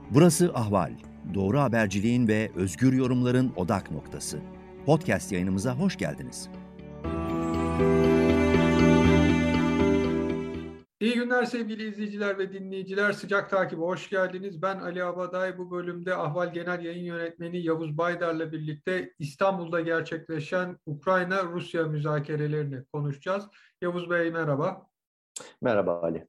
Burası Ahval. Doğru haberciliğin ve özgür yorumların odak noktası. Podcast yayınımıza hoş geldiniz. İyi günler sevgili izleyiciler ve dinleyiciler. Sıcak takibe hoş geldiniz. Ben Ali Abaday. Bu bölümde Ahval Genel Yayın Yönetmeni Yavuz Baydar'la birlikte İstanbul'da gerçekleşen Ukrayna-Rusya müzakerelerini konuşacağız. Yavuz Bey merhaba. Merhaba Ali.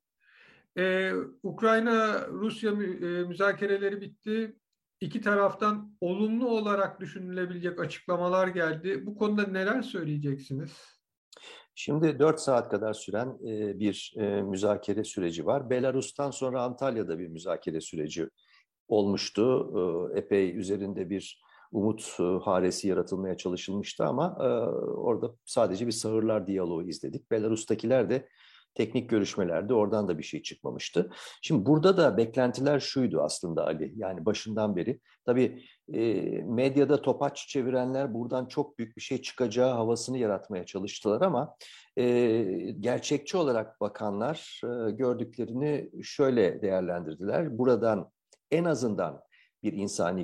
Ukrayna-Rusya müzakereleri bitti. İki taraftan olumlu olarak düşünülebilecek açıklamalar geldi. Bu konuda neler söyleyeceksiniz? Şimdi 4 saat kadar süren bir müzakere süreci var. Belarus'tan sonra Antalya'da bir müzakere süreci olmuştu. Epey üzerinde bir umut haresi yaratılmaya çalışılmıştı ama orada sadece bir sağırlar diyaloğu izledik. Belarus'takiler de teknik görüşmelerde oradan da bir şey çıkmamıştı. Şimdi burada da beklentiler şuydu aslında Ali. Yani başından beri tabii medyada topaç çevirenler buradan çok büyük bir şey çıkacağı havasını yaratmaya çalıştılar ama gerçekçi olarak bakanlar gördüklerini şöyle değerlendirdiler. Buradan en azından bir insani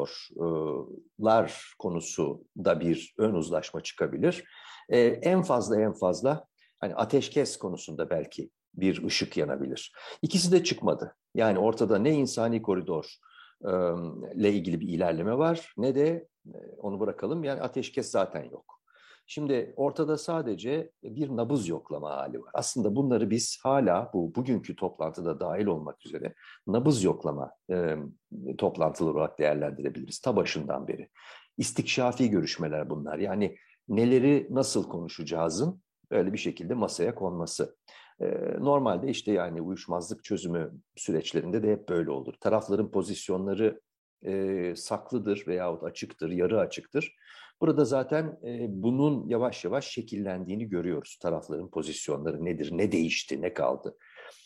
koridorlar konusunda bir ön uzlaşma çıkabilir. En fazla hani ateşkes konusunda belki bir ışık yanabilir. İkisi de çıkmadı. Yani ortada ne insani koridor ile ilgili bir ilerleme var ne de onu bırakalım yani ateşkes zaten yok. Şimdi ortada sadece bir nabız yoklama hali var. Aslında bunları biz hala bugünkü toplantıda dahil olmak üzere nabız yoklama toplantıları olarak değerlendirebiliriz ta başından beri. İstikşafi görüşmeler bunlar. Yani neleri nasıl konuşacağızın böyle bir şekilde masaya konması. Normalde işte yani uyuşmazlık çözümü süreçlerinde de hep böyle olur. Tarafların pozisyonları saklıdır veyahut açıktır, yarı açıktır. Burada zaten bunun yavaş yavaş şekillendiğini görüyoruz. Tarafların pozisyonları nedir, ne değişti, ne kaldı.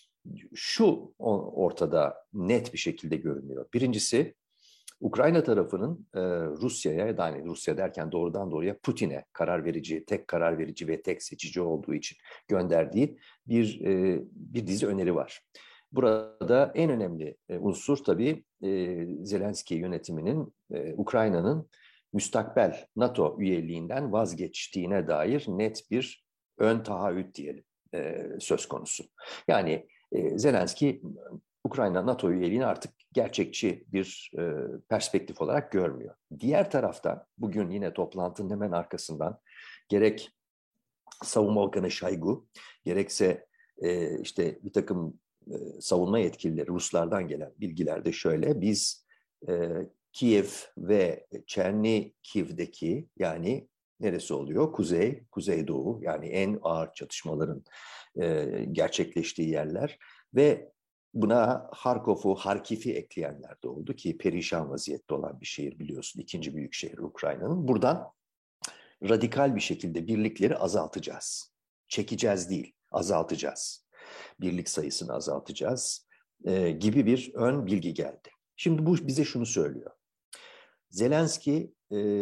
Şu ortada net bir şekilde görünüyor. Birincisi Ukrayna tarafının Rusya'ya, yani Rusya derken doğrudan doğruya Putin'e tek karar verici ve tek seçici olduğu için gönderdiği bir dizi öneri var. Burada en önemli unsur tabii Zelenski yönetiminin Ukrayna'nın müstakbel NATO üyeliğinden vazgeçtiğine dair net bir ön taahhüt diyelim söz konusu. Yani Zelenski Ukrayna NATO üyeliğini artık gerçekçi bir perspektif olarak görmüyor. Diğer taraftan bugün yine toplantının hemen arkasından gerek Savunma Bakanı Şoygu gerekse işte bir takım savunma yetkilileri Ruslardan gelen bilgilerde şöyle biz Kiev ve Çernikiv'deki yani neresi oluyor? Kuzeydoğu yani en ağır çatışmaların gerçekleştiği yerler ve buna Harkiv'i ekleyenler de oldu ki perişan vaziyette olan bir şehir biliyorsun. İkinci büyük şehir Ukrayna'nın. Buradan radikal bir şekilde birlikleri azaltacağız. Çekeceğiz değil, azaltacağız. Birlik sayısını azaltacağız gibi bir ön bilgi geldi. Şimdi bu bize şunu söylüyor. Zelenski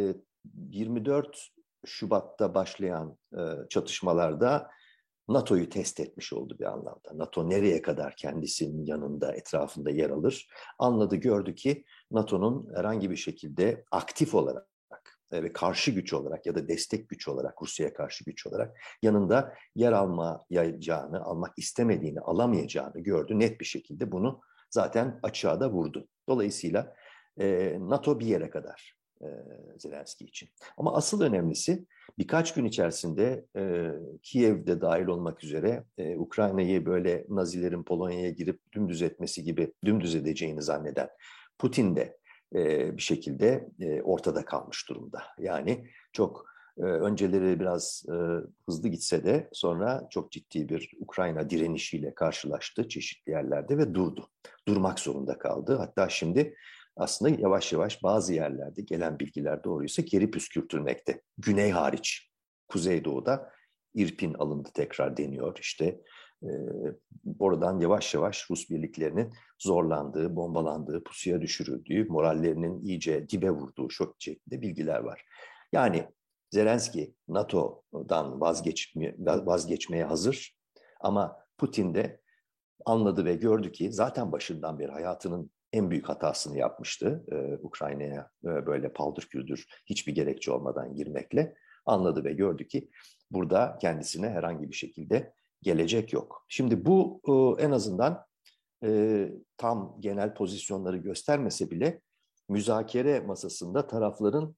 24 Şubat'ta başlayan çatışmalarda NATO'yu test etmiş oldu bir anlamda. NATO nereye kadar kendisinin yanında, etrafında yer alır? Anladı, gördü ki NATO'nun herhangi bir şekilde aktif olarak ve karşı güç olarak ya da destek güç olarak, Rusya'ya karşı güç olarak yanında yer almayacağını, almak istemediğini, alamayacağını gördü. Net bir şekilde bunu zaten açığa da vurdu. Dolayısıyla NATO bir yere kadar Zelenski için. Ama asıl önemlisi birkaç gün içerisinde Kiev'de dahil olmak üzere Ukrayna'yı böyle Nazilerin Polonya'ya girip dümdüz etmesi gibi dümdüz edeceğini zanneden Putin de bir şekilde ortada kalmış durumda. Yani çok önceleri biraz hızlı gitse de sonra çok ciddi bir Ukrayna direnişiyle karşılaştı çeşitli yerlerde ve durdu. Durmak zorunda kaldı. Hatta şimdi aslında yavaş yavaş bazı yerlerde gelen bilgiler doğruysa geri püskürtülmekte. Güney hariç, Kuzeydoğu'da İrpin alındı tekrar deniyor. İşte oradan yavaş yavaş Rus birliklerinin zorlandığı, bombalandığı, pusuya düşürüldüğü, morallerinin iyice dibe vurduğu şok şeklinde bilgiler var. Yani Zelenski NATO'dan vazgeçmeye hazır ama Putin de anladı ve gördü ki zaten başından beri hayatının en büyük hatasını yapmıştı. Ukrayna'ya böyle paldır küldür hiçbir gerekçe olmadan girmekle anladı ve gördü ki burada kendisine herhangi bir şekilde gelecek yok. Şimdi bu en azından tam genel pozisyonları göstermese bile müzakere masasında tarafların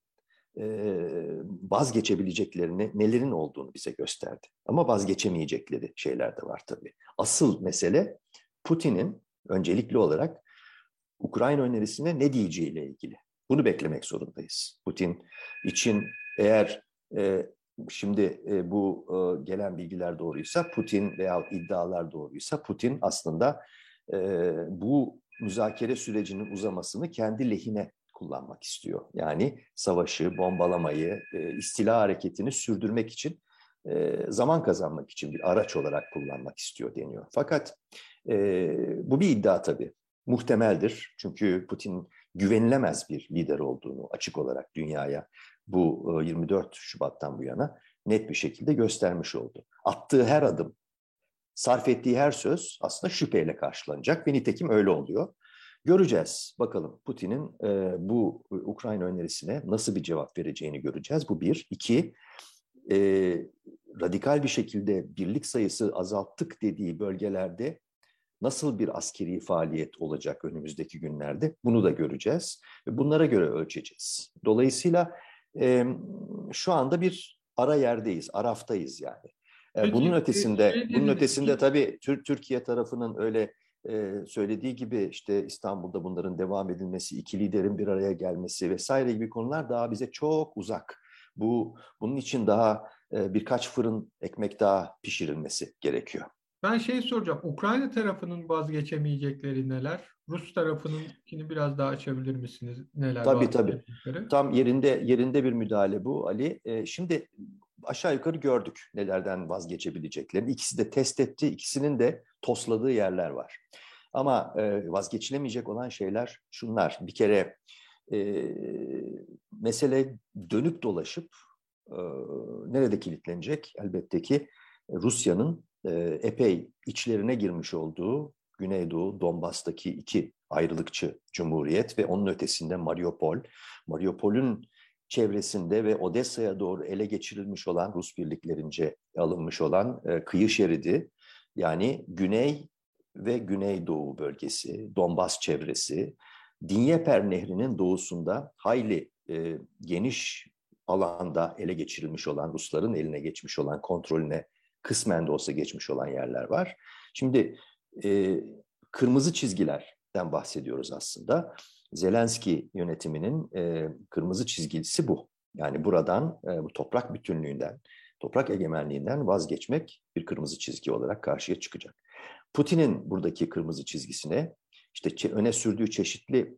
vazgeçebileceklerini, nelerin olduğunu bize gösterdi. Ama vazgeçemeyecekleri şeyler de var tabii. Asıl mesele Putin'in öncelikli olarak Ukrayna önerisine ne diyeceğiyle ilgili. Bunu beklemek zorundayız. Putin için eğer şimdi bu gelen bilgiler doğruysa, Putin veya iddialar doğruysa, Putin aslında bu müzakere sürecinin uzamasını kendi lehine kullanmak istiyor. Yani savaşı, bombalamayı, istila hareketini sürdürmek için, zaman kazanmak için bir araç olarak kullanmak istiyor deniyor. Fakat bu bir iddia tabii. Muhtemeldir. Çünkü Putin güvenilemez bir lider olduğunu açık olarak dünyaya bu 24 Şubat'tan bu yana net bir şekilde göstermiş oldu. Attığı her adım, sarf ettiği her söz aslında şüpheyle karşılanacak ve nitekim öyle oluyor. Göreceğiz. Bakalım Putin'in bu Ukrayna önerisine nasıl bir cevap vereceğini göreceğiz. Bu bir. İki, radikal bir şekilde birlik sayısı azalttık dediği bölgelerde nasıl bir askeri faaliyet olacak önümüzdeki günlerde bunu da göreceğiz. Ve bunlara göre ölçeceğiz. Dolayısıyla şu anda bir ara yerdeyiz, araftayız yani. Peki, Bunun ötesinde tabii Türkiye tarafının öyle söylediği gibi işte İstanbul'da bunların devam edilmesi, iki liderin bir araya gelmesi vesaire gibi konular daha bize çok uzak. Bunun için daha birkaç fırın ekmek daha pişirilmesi gerekiyor. Ben soracağım. Ukrayna tarafının vazgeçemeyecekleri neler? Rus tarafınınkini biraz daha açabilir misiniz? Neler Tabii. vazgeçemeyecekleri? Tam yerinde bir müdahale bu Ali. Şimdi aşağı yukarı gördük nelerden vazgeçebileceklerini. İkisi de test etti. İkisinin de tosladığı yerler var. Ama vazgeçilemeyecek olan şeyler şunlar. Bir kere mesele dönüp dolaşıp nerede kilitlenecek? Elbette ki Rusya'nın epey içlerine girmiş olduğu Güneydoğu Donbas'taki iki ayrılıkçı cumhuriyet ve onun ötesinde Mariupol. Mariupol'ün çevresinde ve Odessa'ya doğru ele geçirilmiş olan Rus birliklerince alınmış olan kıyı şeridi, yani Güney ve Güneydoğu bölgesi, Donbas çevresi, Dinyeper Nehri'nin doğusunda hayli geniş alanda ele geçirilmiş olan, Rusların eline geçmiş olan, kontrolüne kısmen de olsa geçmiş olan yerler var. Şimdi kırmızı çizgilerden bahsediyoruz aslında. Zelenski yönetiminin kırmızı çizgisi bu. Yani buradan, bu toprak bütünlüğünden, toprak egemenliğinden vazgeçmek bir kırmızı çizgi olarak karşıya çıkacak. Putin'in buradaki kırmızı çizgisine işte öne sürdüğü çeşitli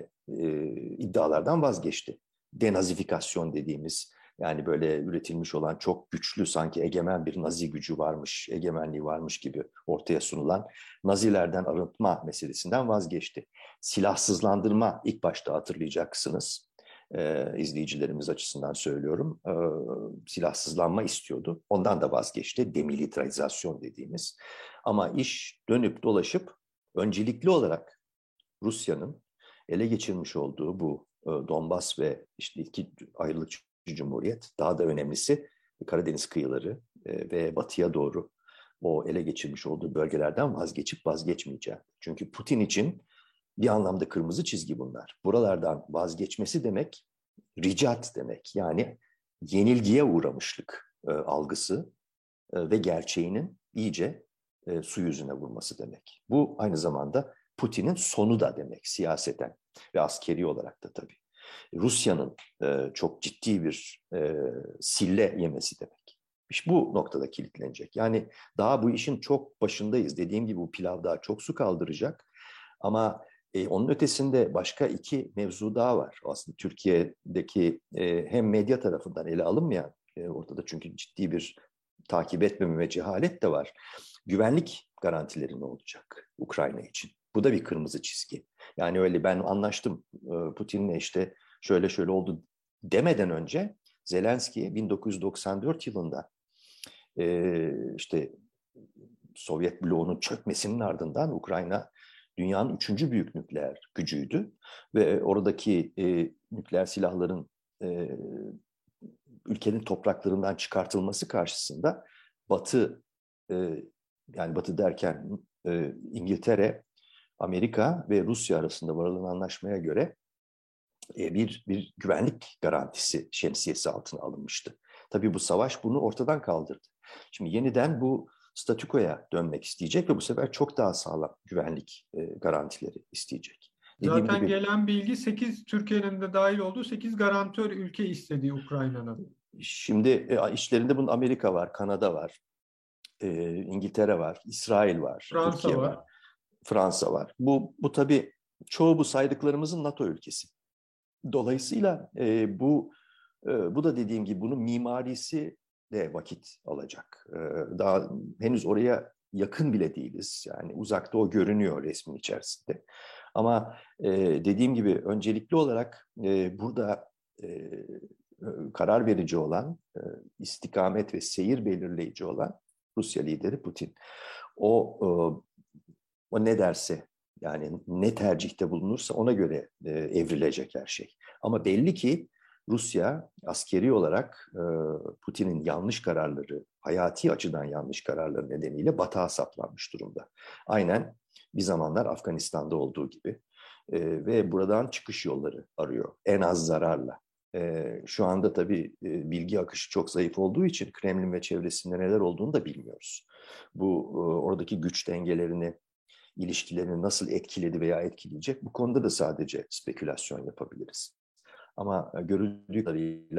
iddialardan vazgeçti. Denazifikasyon dediğimiz, yani böyle üretilmiş olan çok güçlü, sanki egemen bir Nazi gücü varmış, egemenliği varmış gibi ortaya sunulan Nazilerden arınma meselesinden vazgeçti. Silahsızlandırma, ilk başta hatırlayacaksınız, izleyicilerimiz açısından söylüyorum, silahsızlanma istiyordu. Ondan da vazgeçti, demilitarizasyon dediğimiz. Ama iş dönüp dolaşıp öncelikli olarak Rusya'nın ele geçirmiş olduğu bu Donbas ve işte iki ayrılıkçı cumhuriyet, daha da önemlisi Karadeniz kıyıları ve batıya doğru o ele geçirmiş olduğu bölgelerden vazgeçip vazgeçmeyeceği. Çünkü Putin için bir anlamda kırmızı çizgi bunlar. Buralardan vazgeçmesi demek ricat demek. Yani yenilgiye uğramışlık algısı ve gerçeğinin iyice su yüzüne vurması demek. Bu aynı zamanda Putin'in sonu da demek siyaseten ve askeri olarak da tabii. Rusya'nın çok ciddi bir sille yemesi demek. İşte bu noktada kilitlenecek. Yani daha bu işin çok başındayız. Dediğim gibi bu pilav daha çok su kaldıracak. Ama onun ötesinde başka iki mevzu daha var. Aslında Türkiye'deki hem medya tarafından ele alınmayan, ortada çünkü ciddi bir takip etmeme ve cehalet de var. Güvenlik garantileri ne olacak Ukrayna için? Bu da bir kırmızı çizgi. Yani öyle ben anlaştım Putin'le işte şöyle oldu demeden önce Zelenski 1994 yılında işte Sovyet bloğunun çökmesinin ardından Ukrayna dünyanın 3. büyük nükleer gücüydü ve oradaki nükleer silahların ülkenin topraklarından çıkartılması karşısında Batı, yani Batı derken İngiltere, Amerika ve Rusya arasında varılan anlaşmaya göre bir güvenlik garantisi şemsiyesi altına alınmıştı. Tabii bu savaş bunu ortadan kaldırdı. Şimdi yeniden bu statükoya dönmek isteyecek ve bu sefer çok daha sağlam güvenlik garantileri isteyecek. Dediğim Zaten gibi, gelen bilgi 8, Türkiye'nin de dahil olduğu 8 garantör ülke istediği Ukrayna'nın. şimdi işlerinde bunun Amerika var, Kanada var, İngiltere var, İsrail var, Fransa Türkiye var. var, Fransa var. Bu tabii çoğu bu saydıklarımızın NATO ülkesi. Dolayısıyla bu da dediğim gibi bunun mimarisi de vakit alacak. Daha henüz oraya yakın bile değiliz. Yani uzakta o görünüyor resmin içerisinde. Ama dediğim gibi öncelikli olarak burada karar verici olan, istikamet ve seyir belirleyici olan Rusya lideri Putin. O ne derse, yani ne tercihte bulunursa ona göre evrilecek her şey. Ama belli ki Rusya askeri olarak Putin'in yanlış kararları, hayati açıdan yanlış kararları nedeniyle batağa saplanmış durumda. Aynen bir zamanlar Afganistan'da olduğu gibi. Ve buradan çıkış yolları arıyor. En az zararla. Şu anda tabii bilgi akışı çok zayıf olduğu için Kremlin ve çevresinde neler olduğunu da bilmiyoruz. Bu oradaki güç dengelerini, ilişkilerini nasıl etkiledi veya etkileyecek, bu konuda da sadece spekülasyon yapabiliriz. Ama görüldüğü kadarıyla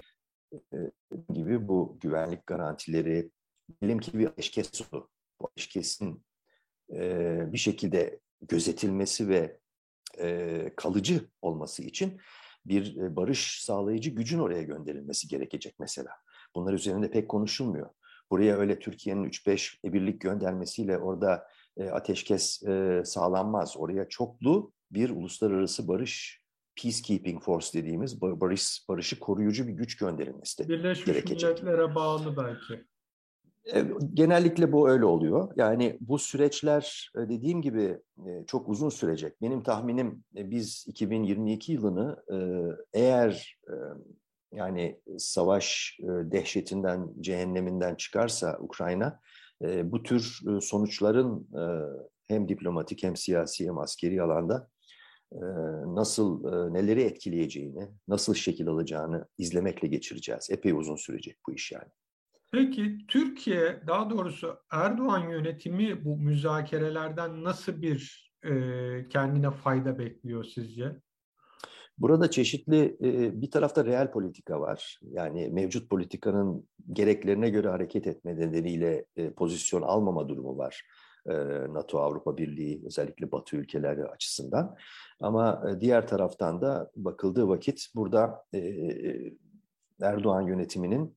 gibi bu güvenlik garantileri, diyelim ki bir ateşkes oldu. Bu ateşkesin bir şekilde gözetilmesi ve kalıcı olması için bir barış sağlayıcı gücün oraya gönderilmesi gerekecek mesela. Bunlar üzerinde pek konuşulmuyor. Buraya öyle Türkiye'nin 3-5 birlik göndermesiyle orada ateşkes sağlanmaz. Oraya çoklu bir uluslararası barış, peacekeeping force dediğimiz barışı koruyucu bir güç gönderilmesi de Birleşmiş gerekecek. Milletler'e bağlı belki. Genellikle bu öyle oluyor. Yani bu süreçler dediğim gibi çok uzun sürecek. Benim tahminim biz 2022 yılını eğer yani savaş dehşetinden, cehenneminden çıkarsa Ukrayna, bu tür sonuçların hem diplomatik hem siyasi hem askeri alanda nasıl neleri etkileyeceğini, nasıl şekil alacağını izlemekle geçireceğiz. Epey uzun sürecek bu iş yani. Peki Türkiye, daha doğrusu Erdoğan yönetimi bu müzakerelerden nasıl bir kendine fayda bekliyor sizce? Burada çeşitli bir tarafta reel politika var. Yani mevcut politikanın gereklerine göre hareket etme nedeniyle pozisyon almama durumu var. NATO, Avrupa Birliği, özellikle Batı ülkeleri açısından. Ama diğer taraftan da bakıldığı vakit burada Erdoğan yönetiminin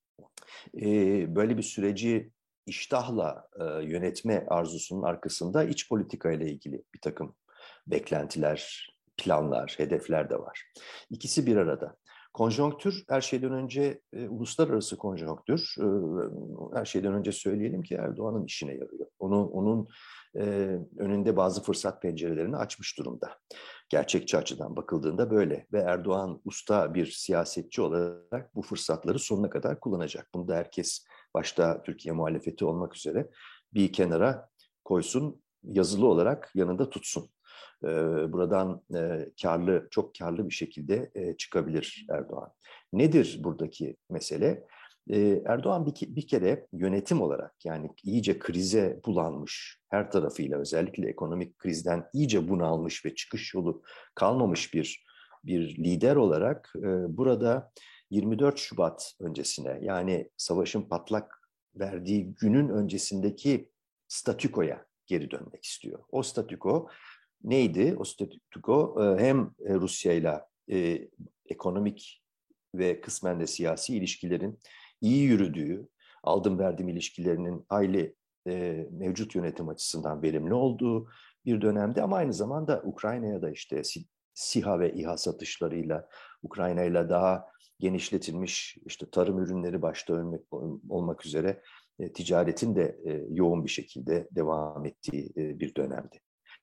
böyle bir süreci iştahla yönetme arzusunun arkasında iç politika ile ilgili bir takım beklentiler, planlar, hedefler de var. İkisi bir arada. Konjonktür her şeyden önce uluslararası konjonktür. Her şeyden önce söyleyelim ki Erdoğan'ın işine yarıyor. Onun önünde bazı fırsat pencerelerini açmış durumda. Gerçekçi açıdan bakıldığında böyle ve Erdoğan usta bir siyasetçi olarak bu fırsatları sonuna kadar kullanacak. Bunu da herkes, başta Türkiye muhalefeti olmak üzere, bir kenara koysun, yazılı olarak yanında tutsun. Buradan çok karlı bir şekilde çıkabilir Erdoğan. Nedir buradaki mesele? Erdoğan bir kere yönetim olarak, yani iyice krize bulanmış, her tarafıyla özellikle ekonomik krizden iyice bunalmış ve çıkış yolu kalmamış bir lider olarak burada 24 Şubat öncesine, yani savaşın patlak verdiği günün öncesindeki statükoya geri dönmek istiyor. O statüko neydi? O statüko hem Rusya ile ekonomik ve kısmen de siyasi ilişkilerin iyi yürüdüğü, aldım verdim ilişkilerinin hayli mevcut yönetim açısından verimli olduğu bir dönemde, ama aynı zamanda Ukrayna'ya da işte SİHA ve İHA satışlarıyla, Ukrayna'yla daha genişletilmiş işte tarım ürünleri başta olmak üzere ticaretin de yoğun bir şekilde devam ettiği bir dönemdi.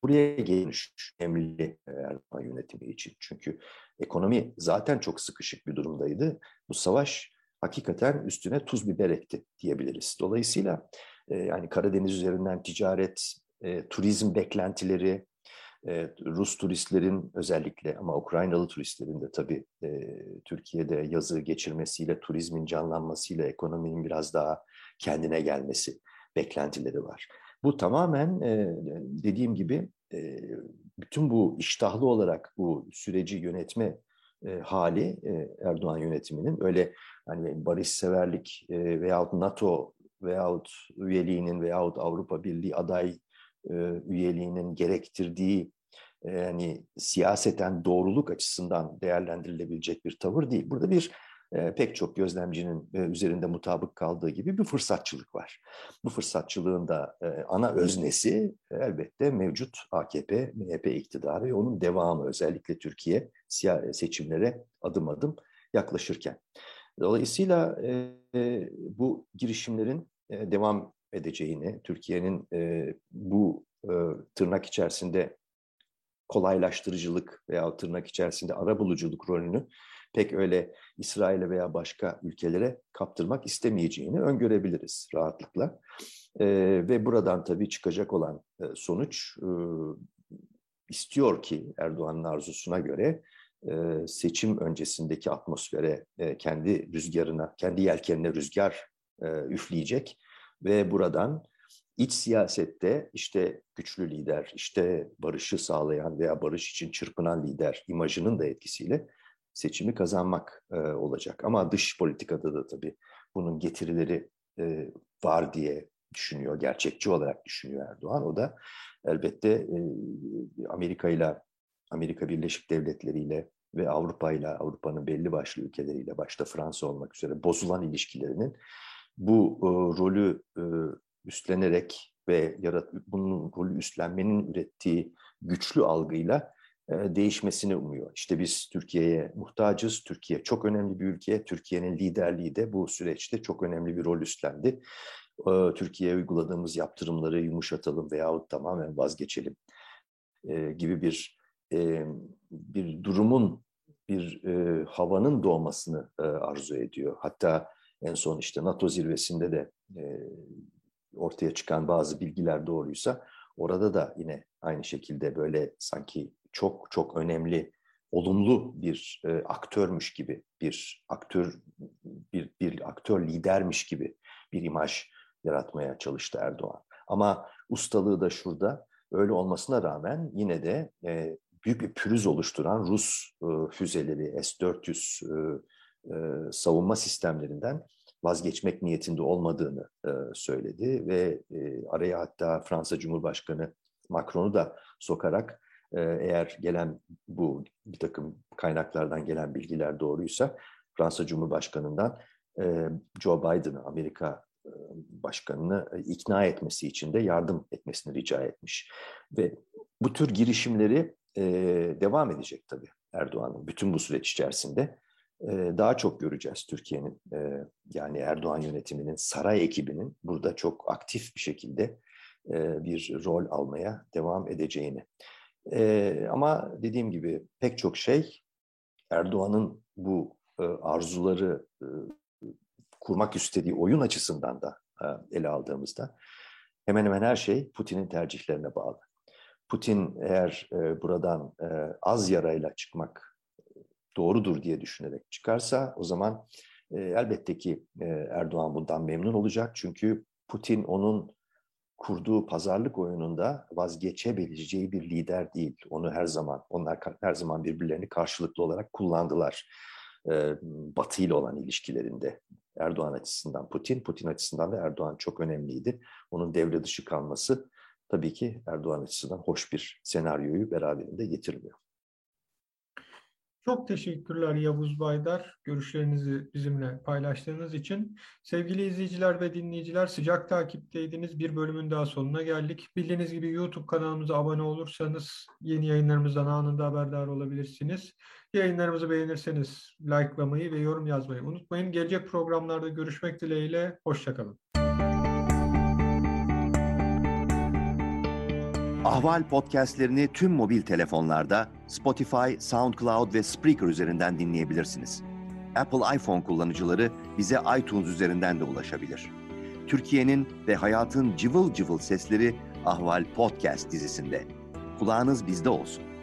buraya gelmiş önemli Erdoğan yönetimi için. Çünkü ekonomi zaten çok sıkışık bir durumdaydı. Bu savaş hakikaten üstüne tuz biber ekti diyebiliriz. Dolayısıyla yani Karadeniz üzerinden ticaret, turizm beklentileri, Rus turistlerin özellikle ama Ukraynalı turistlerin de tabii Türkiye'de yazı geçirmesiyle, turizmin canlanmasıyla ekonominin biraz daha kendine gelmesi beklentileri var. Bu tamamen dediğim gibi bütün bu iştahlı olarak bu süreci yönetme hali Erdoğan yönetiminin öyle hani barışseverlik veyahut NATO veyahut üyeliğinin veyahut Avrupa Birliği aday üyeliğinin gerektirdiği yani siyaseten doğruluk açısından değerlendirilebilecek bir tavır değil. Burada bir pek çok gözlemcinin üzerinde mutabık kaldığı gibi bir fırsatçılık var. Bu fırsatçılığın da ana öznesi elbette mevcut AKP, MHP iktidarı ve onun devamı özellikle Türkiye seçimlere adım adım yaklaşırken. Dolayısıyla bu girişimlerin devam edeceğini, Türkiye'nin bu tırnak içerisinde kolaylaştırıcılık veya tırnak içerisinde arabuluculuk rolünü pek öyle İsrail'e veya başka ülkelere kaptırmak istemeyeceğini öngörebiliriz rahatlıkla. Ve buradan tabii çıkacak olan sonuç istiyor ki Erdoğan'ın arzusuna göre seçim öncesindeki atmosfere kendi rüzgarına, kendi yelkenine rüzgar üfleyecek ve buradan İç siyasette işte güçlü lider, işte barışı sağlayan veya barış için çırpınan lider imajının da etkisiyle seçimi kazanmak olacak. Ama dış politikada da tabii bunun getirileri var diye düşünüyor, gerçekçi olarak düşünüyor Erdoğan. O da elbette Amerika Birleşik Devletleri ile ve Avrupa ile, Avrupa'nın belli başlı ülkeleriyle, başta Fransa olmak üzere bozulan ilişkilerinin bu rolü üstlenerek ve bunun rolü üstlenmenin ürettiği güçlü algıyla değişmesini umuyor. İşte biz Türkiye'ye muhtacız. Türkiye çok önemli bir ülke. Türkiye'nin liderliği de bu süreçte çok önemli bir rol üstlendi. Türkiye'ye uyguladığımız yaptırımları yumuşatalım veyahut tamamen vazgeçelim gibi bir durumun, bir havanın doğmasını arzu ediyor. Hatta en son işte NATO zirvesinde de ortaya çıkan bazı bilgiler doğruysa orada da yine aynı şekilde böyle sanki çok çok önemli, olumlu bir aktörmüş gibi, bir aktör lidermiş gibi bir imaj yaratmaya çalıştı Erdoğan. Ama ustalığı da şurada, öyle olmasına rağmen yine de büyük bir pürüz oluşturan Rus füzeleri, S-400 savunma sistemlerinden vazgeçmek niyetinde olmadığını söyledi ve araya hatta Fransa Cumhurbaşkanı Macron'u da sokarak eğer gelen bu bir takım kaynaklardan gelen bilgiler doğruysa Fransa Cumhurbaşkanı'ndan Joe Biden'ı, Amerika Başkanı'nı ikna etmesi için de yardım etmesini rica etmiş. Ve bu tür girişimleri devam edecek tabii Erdoğan'ın bütün bu süreç içerisinde. Daha çok göreceğiz Türkiye'nin yani Erdoğan yönetiminin, saray ekibinin burada çok aktif bir şekilde bir rol almaya devam edeceğini. Ama dediğim gibi pek çok şey Erdoğan'ın bu arzuları kurmak istediği oyun açısından da ele aldığımızda hemen hemen her şey Putin'in tercihlerine bağlı. Putin eğer buradan az yarayla çıkmak doğrudur diye düşünerek çıkarsa o zaman elbette ki Erdoğan bundan memnun olacak. Çünkü Putin onun kurduğu pazarlık oyununda vazgeçebileceği bir lider değil. Onlar her zaman birbirlerini karşılıklı olarak kullandılar. Batı ile olan ilişkilerinde Erdoğan açısından Putin açısından da Erdoğan çok önemliydi. Onun devre dışı kalması tabii ki Erdoğan açısından hoş bir senaryoyu beraberinde getirmiyor. Çok teşekkürler Yavuz Baydar, görüşlerinizi bizimle paylaştığınız için. Sevgili izleyiciler ve dinleyiciler, sıcak takipteydiniz. Bir bölümün daha sonuna geldik. Bildiğiniz gibi YouTube kanalımıza abone olursanız yeni yayınlarımızdan anında haberdar olabilirsiniz. Yayınlarımızı beğenirseniz likelamayı ve yorum yazmayı unutmayın. Gelecek programlarda görüşmek dileğiyle, hoşça kalın. Ahval podcastlerini tüm mobil telefonlarda Spotify, SoundCloud ve Spreaker üzerinden dinleyebilirsiniz. Apple iPhone kullanıcıları bize iTunes üzerinden de ulaşabilir. Türkiye'nin ve hayatın cıvıl cıvıl sesleri Ahval Podcast dizisinde. Kulağınız bizde olsun.